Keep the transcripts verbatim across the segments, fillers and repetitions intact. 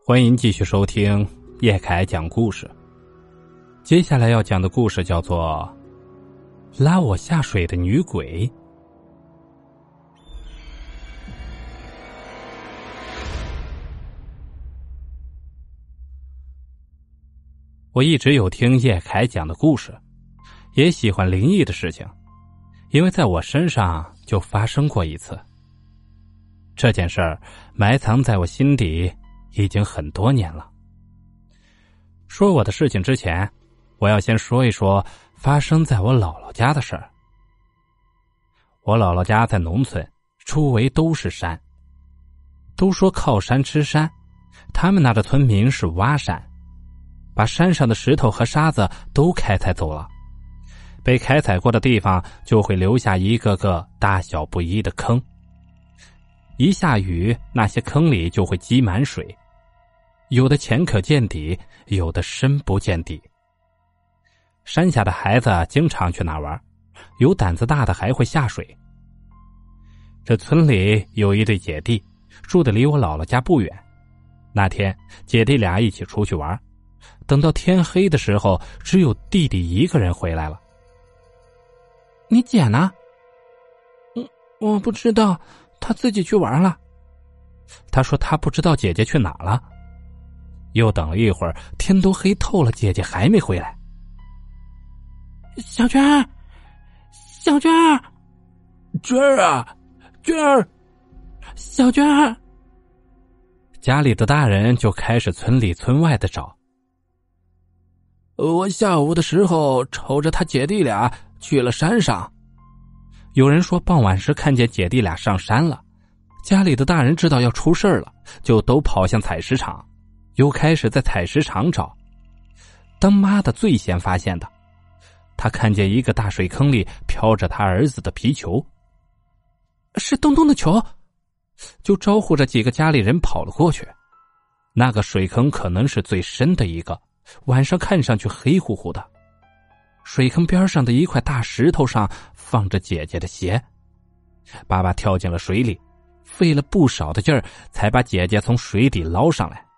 欢迎继续收听叶凯讲故事。接下来要讲的故事叫做拉我下水的女鬼。我一直有听叶凯讲的故事，也喜欢灵异的事情，因为在我身上就发生过一次。这件事儿埋藏在我心底已经很多年了。说我的事情之前，我要先说一说发生在我姥姥家的事儿。我姥姥家在农村，周围都是山。都说靠山吃山，他们那的村民是挖山，把山上的石头和沙子都开采走了，被开采过的地方就会留下一个个大小不一的坑。一下雨，那些坑里就会积满水，有的浅可见底，有的深不见底。山下的孩子经常去那玩，有胆子大的还会下水。这村里有一对姐弟，住的离我姥姥家不远。那天姐弟俩一起出去玩，等到天黑的时候，只有弟弟一个人回来了。 你姐呢？嗯，我不知道，她自己去玩了。 他说他不知道姐姐去哪了。又等了一会儿，天都黑透了，姐姐还没回来。 小娟儿，小娟儿， 娟儿啊，娟儿， 小娟儿。 家里的大人就开始村里村外的找。 我下午的时候瞅着他姐弟俩去了山上。 有人说傍晚时看见姐弟俩上山了，家里的大人知道要出事了，就都跑向采石场，又开始在采石场找。当妈的最先发现的，她看见一个大水坑里飘着她儿子的皮球， 是东东的球， 就招呼着几个家里人跑了过去。那个水坑可能是最深的一个，晚上看上去黑乎乎的。水坑边上的一块大石头上放着姐姐的鞋，爸爸跳进了水里，费了不少的劲儿才把姐姐从水底捞上来。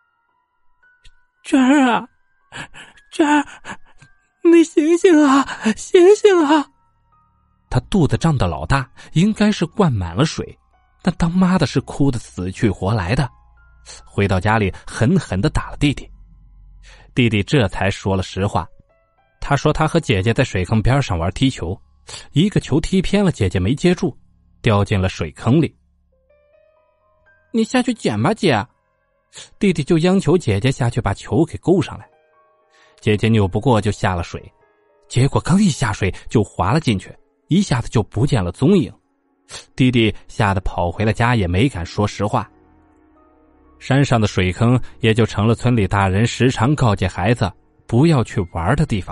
娟儿啊，娟儿，你醒醒啊，醒醒啊！ 她肚子胀得老大，应该是灌满了水，但当妈的是哭得死去活来的。回到家里狠狠地打了弟弟，弟弟这才说了实话。他说他和姐姐在水坑边上玩踢球，一个球踢偏了，姐姐没接住，掉进了水坑里。 你下去捡吧，姐。 弟弟就央求姐姐下去把球给勾上来。姐姐扭不过就下了水，结果刚一下水就滑了进去，一下子就不见了踪影。弟弟吓得跑回了家，也没敢说实话。山上的水坑也就成了村里大人时常告诫孩子不要去玩的地方。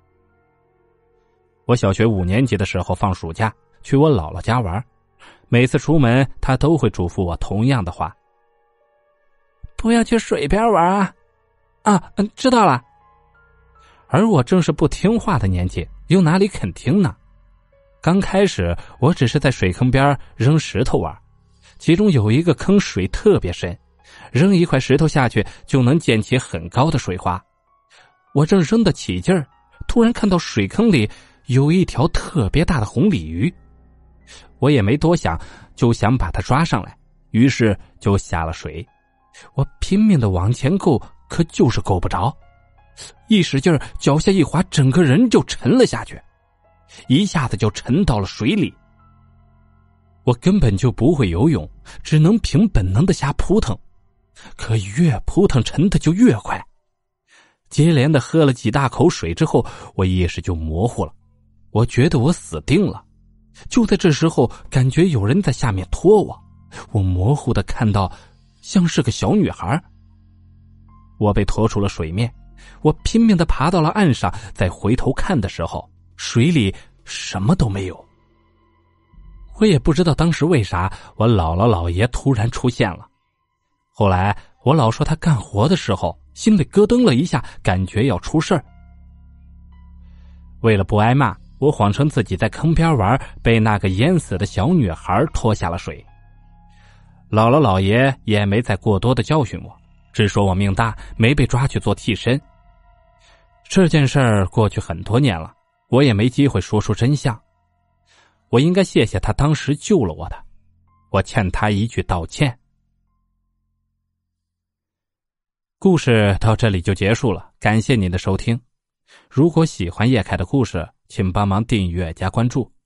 我小学五年级的时候放暑假去我姥姥家玩，每次出门她都会嘱咐我同样的话： 不要去水边玩啊！啊，嗯，知道了。 而我正是不听话的年纪，又哪里肯听呢？刚开始我只是在水坑边扔石头玩，其中有一个坑水特别深，扔一块石头下去就能溅起很高的水花。我正扔得起劲儿，突然看到水坑里有一条特别大的红鲤鱼，我也没多想，就想把它抓上来，于是就下了水。我拼命地往前够，可就是够不着，一使劲儿，脚下一滑，整个人就沉了下去，一下子就沉到了水里。我根本就不会游泳，只能凭本能的瞎扑腾，可越扑腾沉的就越快。接连的喝了几大口水之后，我意识就模糊了，我觉得我死定了。就在这时候，感觉有人在下面拖我，我模糊的看到像是个小女孩。我被拖出了水面，我拼命的爬到了岸上，再回头看的时候，水里什么都没有。我也不知道当时为啥我姥姥姥爷突然出现了。后来我姥说她干活的时候心里咯噔了一下，感觉要出事儿。为了不挨骂，我谎称自己在坑边玩，被那个淹死的小女孩拖下了水。姥姥姥爷也没再过多的教训我， 只说我命大，没被抓去做替身。这件事儿过去很多年了，我也没机会说出真相。我应该谢谢他当时救了我的，我欠他一句道歉。故事到这里就结束了，感谢您的收听。如果喜欢叶凯的故事，请帮忙订阅加关注。